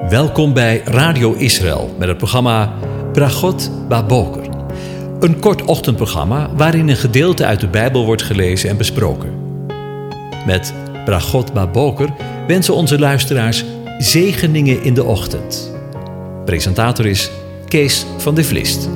Welkom bij Radio Israël met het programma Bragot Baboker. Een kort ochtendprogramma waarin een gedeelte uit de Bijbel wordt gelezen en besproken. Met Bragot Baboker wensen onze luisteraars zegeningen in de ochtend. Presentator is Kees van de Vlist.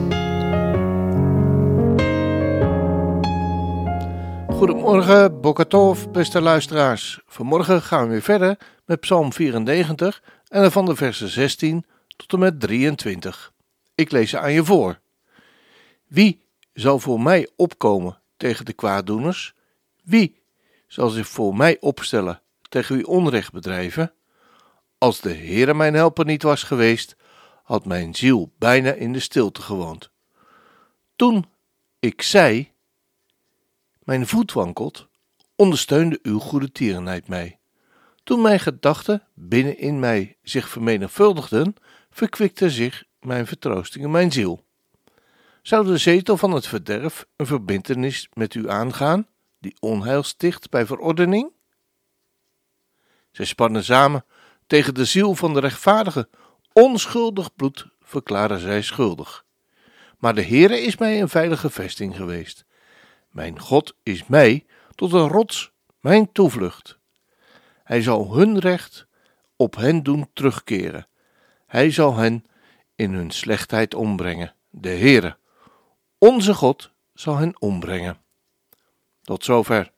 Goedemorgen, Boker Tov, beste luisteraars. Vanmorgen gaan we weer verder met Psalm 94 en dan van de versen 16 tot en met 23. Ik lees ze aan je voor. Wie zal voor mij opkomen tegen de kwaaddoeners? Wie zal zich voor mij opstellen tegen wie onrecht bedrijven? Als de Heere mijn helper niet was geweest, had mijn ziel bijna in de stilte gewoond. Toen ik zei, mijn voet wankelt, ondersteunde uw goede tierenheid mij. Toen mijn gedachten binnenin mij zich vermenigvuldigden, verkwikte zich mijn vertroosting in mijn ziel. Zou de zetel van het verderf een verbintenis met u aangaan, die onheil sticht bij verordening? Zij spannen samen tegen de ziel van de rechtvaardige, onschuldig bloed verklaren zij schuldig. Maar de Heere is mij een veilige vesting geweest. Mijn God is mij tot een rots, mijn toevlucht. Hij zal hun recht op hen doen terugkeren. Hij zal hen in hun slechtheid ombrengen. De Heere, onze God, zal hen ombrengen. Tot zover.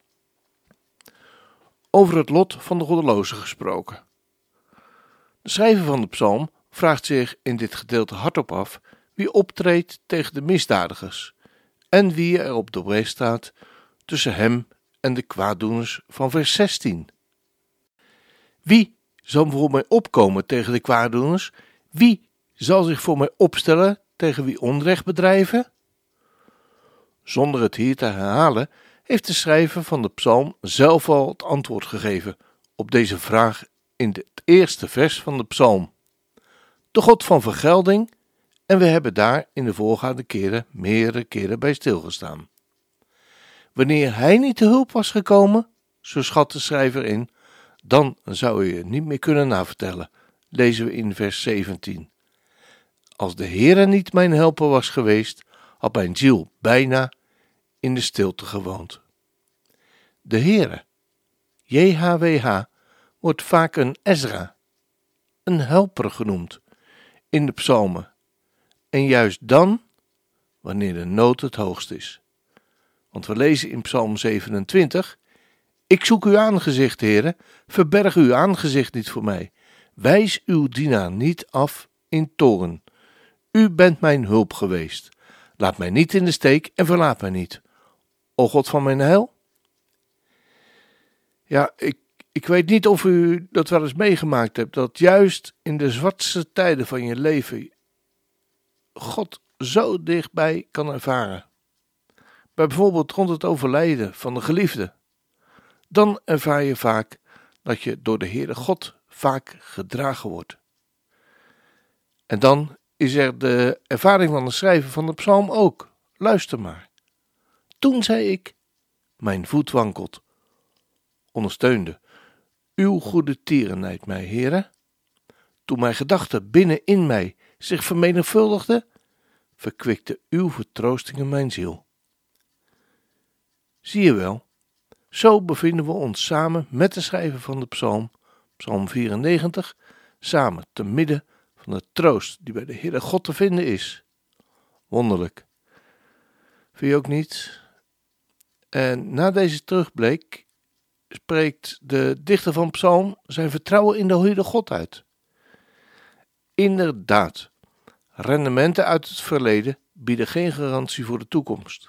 Over het lot van de goddelozen gesproken. De schrijver van de psalm vraagt zich in dit gedeelte hardop af wie optreedt tegen de misdadigers en wie er op de weg staat tussen hem en de kwaaddoeners van vers 16. Wie zal voor mij opkomen tegen de kwaaddoeners? Wie zal zich voor mij opstellen tegen wie onrecht bedrijven? Zonder het hier te herhalen, heeft de schrijver van de psalm zelf al het antwoord gegeven op deze vraag in het eerste vers van de psalm. De God van vergelding, en we hebben daar in de voorgaande keren meerdere keren bij stilgestaan. Wanneer hij niet te hulp was gekomen, zo schat de schrijver in, dan zou je het niet meer kunnen navertellen, lezen we in vers 17. Als de Heere niet mijn helper was geweest, had mijn ziel bijna in de stilte gewoond. De Heere, JHWH, wordt vaak een Ezra, een helper genoemd, in de psalmen. En juist dan, wanneer de nood het hoogst is. Want we lezen in Psalm 27, ik zoek uw aangezicht, Heere, verberg uw aangezicht niet voor mij. Wijs uw dienaar niet af in toorn. U bent mijn hulp geweest. Laat mij niet in de steek en verlaat mij niet. O God van mijn heil. Ja, ik weet niet of u dat wel eens meegemaakt hebt, dat juist in de zwartste tijden van je leven God zo dichtbij kan ervaren. Bij bijvoorbeeld rond het overlijden van de geliefde. Dan ervaar je vaak dat je door de Heere God vaak gedragen wordt. En dan is er de ervaring van de schrijver van de psalm ook. Luister maar. Toen zei ik, mijn voet wankelt. Ondersteunde uw goede tierenheid mij, Heere. Toen mijn gedachten binnenin mij zich vermenigvuldigden, verkwikte uw vertroosting in mijn ziel. Zie je wel, zo bevinden we ons samen met de schrijver van de psalm, psalm 94, samen te midden van de troost die bij de Heere God te vinden is. Wonderlijk. Vind je ook niet? En na deze terugblik spreekt de dichter van psalm zijn vertrouwen in de Heere God uit. Inderdaad, rendementen uit het verleden bieden geen garantie voor de toekomst.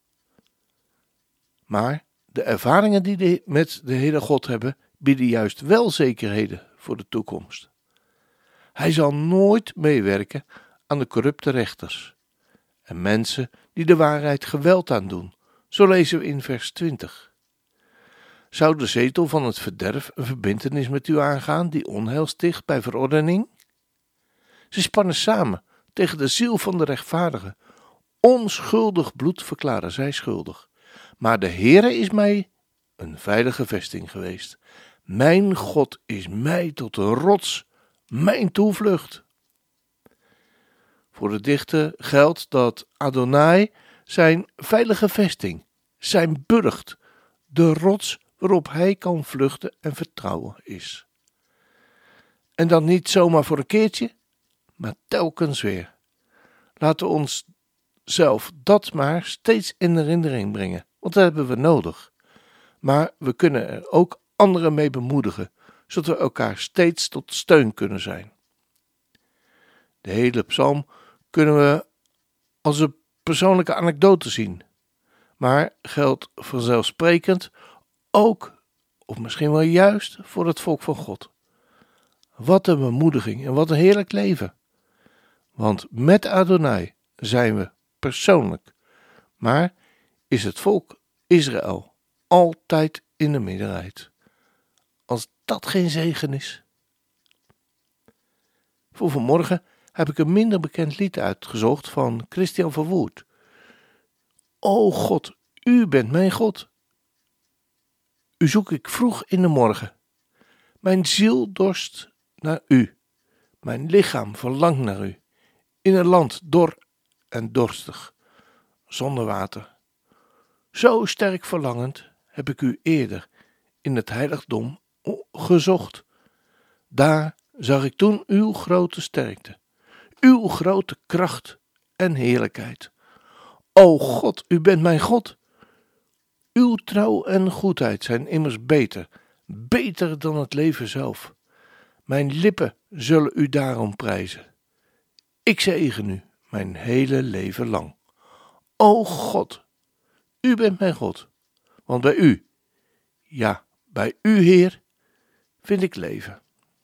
Maar de ervaringen die we met de Heere God hebben, bieden juist wel zekerheden voor de toekomst. Hij zal nooit meewerken aan de corrupte rechters en mensen die de waarheid geweld aandoen. Zo lezen we in vers 20. Zou de zetel van het verderf een verbintenis met u aangaan die onheil sticht bij verordening? Ze spannen samen tegen de ziel van de rechtvaardige. Onschuldig bloed verklaren zij schuldig. Maar de Heere is mij een veilige vesting geweest. Mijn God is mij tot een rots, mijn toevlucht. Voor de dichter geldt dat Adonai zijn veilige vesting, zijn burcht, de rots waarop hij kan vluchten en vertrouwen is. En dan niet zomaar voor een keertje, maar telkens weer. Laten we ons zelf dat maar steeds in herinnering brengen, want dat hebben we nodig. Maar we kunnen er ook anderen mee bemoedigen, zodat we elkaar steeds tot steun kunnen zijn. De hele psalm kunnen we als een persoonlijke anekdote zien, maar geldt vanzelfsprekend ook, of misschien wel juist, voor het volk van God. Wat een bemoediging en wat een heerlijk leven. Want met Adonai zijn we persoonlijk, maar is het volk Israël altijd in de meerderheid. Als dat geen zegen is. Voor vanmorgen heb ik een minder bekend lied uitgezocht van Christian van Woerd. O God, u bent mijn God. U zoek ik vroeg in de morgen. Mijn ziel dorst naar u. Mijn lichaam verlangt naar u. In een land dor en dorstig, zonder water. Zo sterk verlangend heb ik u eerder in het heiligdom gezocht. Daar zag ik toen uw grote sterkte, uw grote kracht en heerlijkheid. O God, u bent mijn God. Uw trouw en goedheid zijn immers beter dan het leven zelf. Mijn lippen zullen u daarom prijzen. Ik zegen u mijn hele leven lang. O God, u bent mijn God, want bij u, ja, bij u Heer, vind ik leven.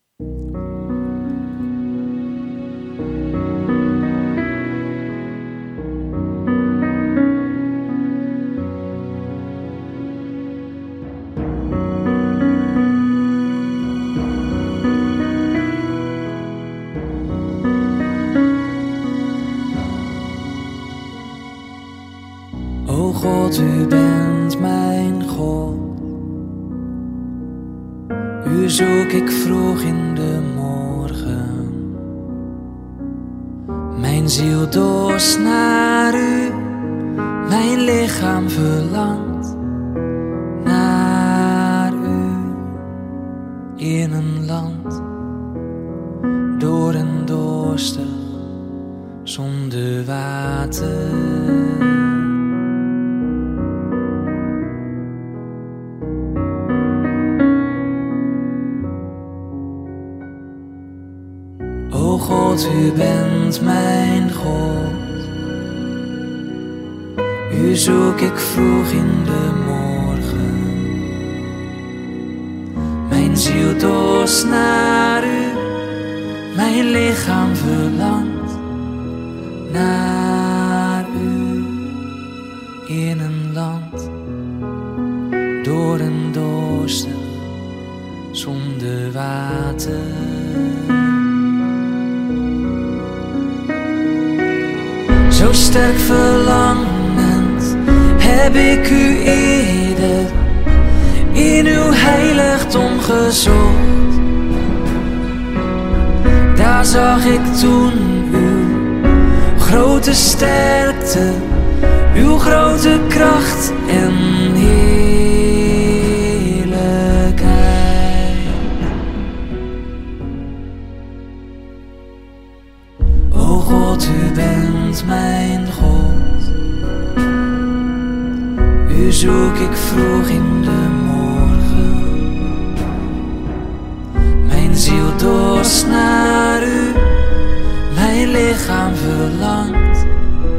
O God, u bent mijn God. U zoek ik vroeg in de morgen. Mijn ziel dorst naar u. Mijn lichaam verlangt naar u. In een land door en dorstig, zonder water. O God, u bent mijn God. U zoek ik vroeg in de morgen. Mijn ziel dorst naar u. Mijn lichaam verlangt naar u. In een land door en dorstig, zonder water. Zo sterk verlangend heb ik u eerder in uw heiligdom gezocht. Daar zag ik toen uw grote sterkte, uw grote kracht en heerlijkheid. O God, u bent mijn God. U zoek ik vroeg in de morgen. Mijn ziel dorst naar u. Mijn lichaam verlangt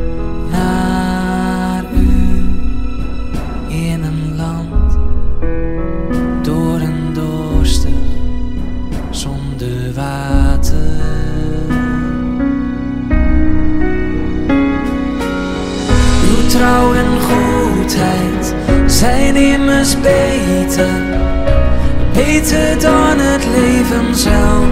naar u. In een land door en dorstig, zonder water. Trouw en goedheid zijn immers beter dan het leven zelf.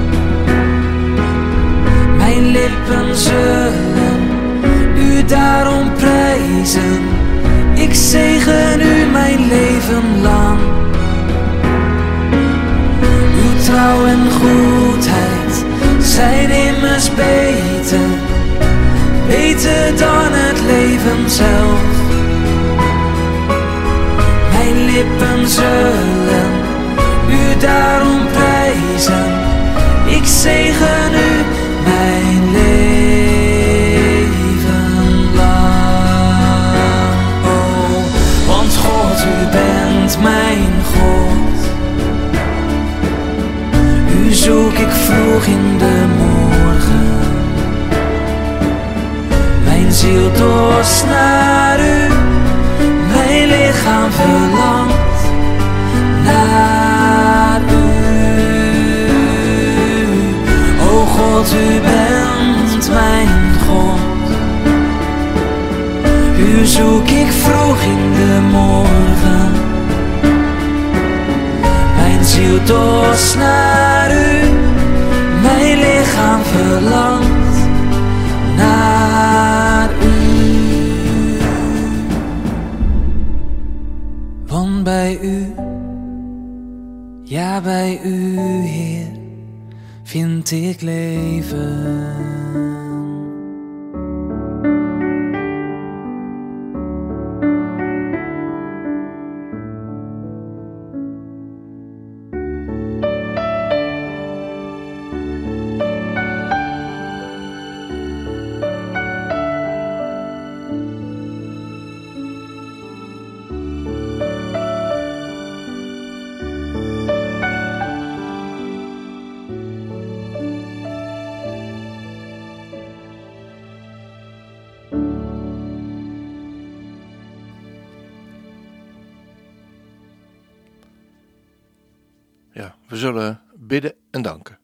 Mijn lippen zullen u daarom prijzen. Ik zegen u mijn leven lang. Uw trouw en goedheid zijn immers beter, beter dan het leven zelf. Mijn lippen zullen u daarom prijzen. Ik zegen u mijn leven lang. Oh, want God, u bent mijn God. U zoek ik vroeg in de morgen. Mijn ziel dorst naar u, mijn lichaam verlangt naar u. O God, u bent mijn God. U zoek ik vroeg in de morgen. Mijn ziel dorst naar u, mijn lichaam verlangt naar u. Want bij u, ja bij u, Heer, vind ik leven. Ja, we zullen bidden en danken.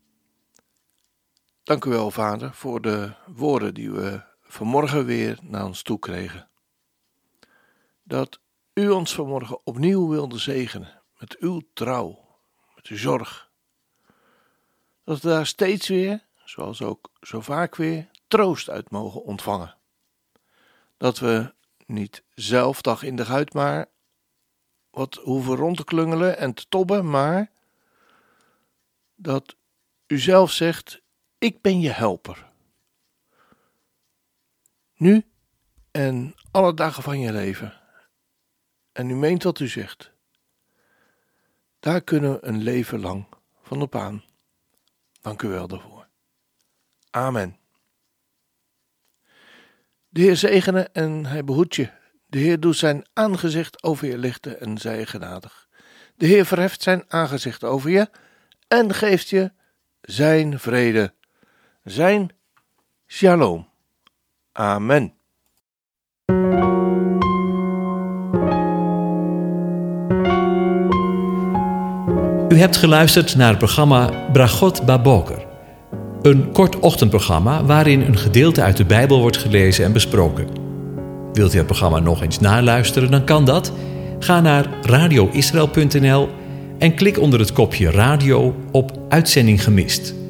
Dank u wel, Vader, voor de woorden die we vanmorgen weer naar ons toe kregen. Dat u ons vanmorgen opnieuw wilde zegenen met uw trouw, met uw zorg. Dat we daar steeds weer, zoals ook zo vaak weer, troost uit mogen ontvangen. Dat we niet zelf dag in dag uit maar wat hoeven rond te klungelen en te tobben, maar dat u zelf zegt, ik ben je helper. Nu en alle dagen van je leven. En u meent wat u zegt. Daar kunnen we een leven lang van op aan. Dank u wel daarvoor. Amen. De Heer zegene en hij behoedt je. De Heer doet zijn aangezicht over je lichten en zij je genadig. De Heer verheft zijn aangezicht over je en geeft je zijn vrede, zijn shalom. Amen. U hebt geluisterd naar het programma Bragot Baboker. Een kort ochtendprogramma waarin een gedeelte uit de Bijbel wordt gelezen en besproken. Wilt u het programma nog eens naluisteren, dan kan dat. Ga naar radioisrael.nl en klik onder het kopje radio op Uitzending gemist.